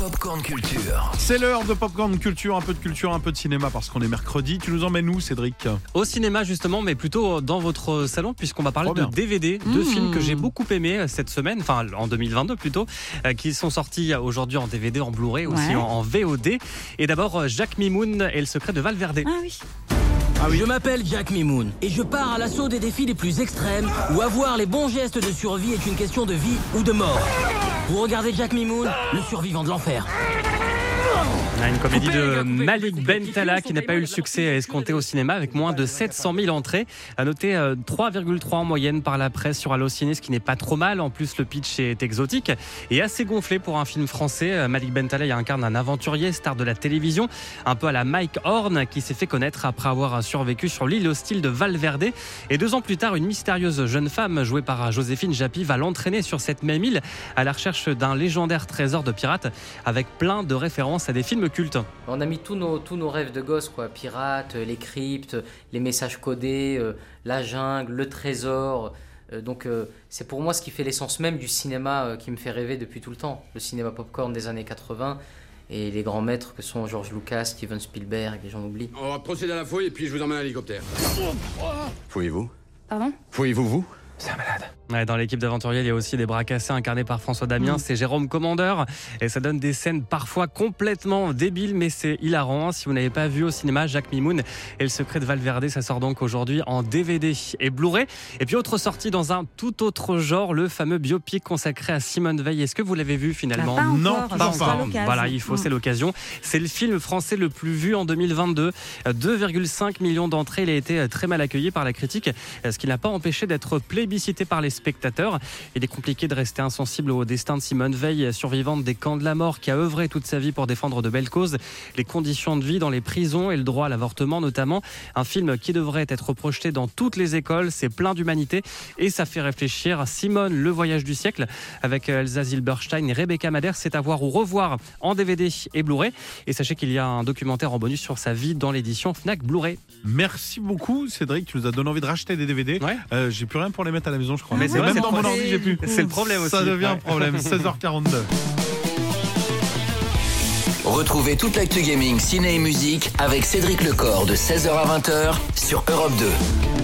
Popcorn Culture. C'est l'heure de Popcorn Culture, un peu de cinéma parce qu'on est mercredi. Tu nous emmènes où, Cédric ? Au cinéma justement, mais plutôt dans votre salon, puisqu'on va parler de DVD, deux films que j'ai beaucoup aimés cette semaine, enfin en 2022 plutôt, qui sont sortis aujourd'hui en DVD, en Blu-ray, aussi en VOD. Et d'abord, Jack Mimoun et le secret de Valverde. Ah oui. Je m'appelle Jack Mimoun et je pars à l'assaut des défis les plus extrêmes où avoir les bons gestes de survie est une question de vie ou de mort. Vous regardez Jack Mimoun, le survivant de l'enfer. Une comédie de Malik Bentala qui n'a pas eu le succès escompté au cinéma avec moins de 700 000 entrées. À noter 3,3 en moyenne par la presse sur Allociné, ce qui n'est pas trop mal. En plus, le pitch est exotique et assez gonflé pour un film français. Malik Bentala y incarne un aventurier, star de la télévision, un peu à la Mike Horn, qui s'est fait connaître après avoir survécu sur l'île hostile de Valverde. Et 2 ans plus tard, une mystérieuse jeune femme jouée par Joséphine Japy va l'entraîner sur cette même île à la recherche d'un légendaire trésor de pirates avec plein de références à des films cultes. On a mis tous nos rêves de gosse, quoi. Pirates, les cryptes, les messages codés, la jungle, le trésor. Donc c'est pour moi ce qui fait l'essence même du cinéma qui me fait rêver depuis tout le temps. Le cinéma popcorn des années 80 et les grands maîtres que sont George Lucas, Steven Spielberg et j'en oublie. On va procéder à la fouille et puis je vous emmène à l'hélicoptère. Fouillez-vous. Pardon ? Fouillez-vous. C'est un malade. Ouais, dans l'équipe d'aventuriers, il y a aussi des bras cassés incarnés par François Damiens, c'est Jérôme Commandeur et ça donne des scènes parfois complètement débiles mais c'est hilarant. Si vous n'avez pas vu au cinéma Jack Mimoun et le secret de Valverde, ça sort donc aujourd'hui en DVD et Blu-ray. Et puis autre sortie dans un tout autre genre, le fameux biopic consacré à Simone Veil. Est-ce que vous l'avez vu finalement ? Pas encore, Non, pas encore. Voilà, il faut, c'est l'occasion. C'est le film français le plus vu en 2022. 2,5 millions d'entrées. Il a été très mal accueilli par la critique, ce qui n'a pas empêché d'être plébiscité par les spectateurs. Il est compliqué de rester insensible au destin de Simone Veil, survivante des camps de la mort, qui a œuvré toute sa vie pour défendre de belles causes, les conditions de vie dans les prisons et le droit à l'avortement notamment. Un film qui devrait être projeté dans toutes les écoles. C'est plein d'humanité et ça fait réfléchir. Simone, le voyage du siècle, avec Elsa Zilberstein et Rebecca Madère, c'est à voir ou revoir en DVD et Blu-ray. Et sachez qu'il y a un documentaire en bonus sur sa vie dans l'édition Fnac Blu-ray. Merci beaucoup, Cédric. Tu nous as donné envie de racheter des DVD. Ouais. J'ai plus rien pour les mettre à la maison, je crois. Mais c'est même vrai, dans mon ordi, j'ai plus. C'est le problème aussi. Ça devient un problème. 16h42. Retrouvez toute l'actu gaming, ciné et musique avec Cédric Lecor de 16h à 20h sur Europe 2.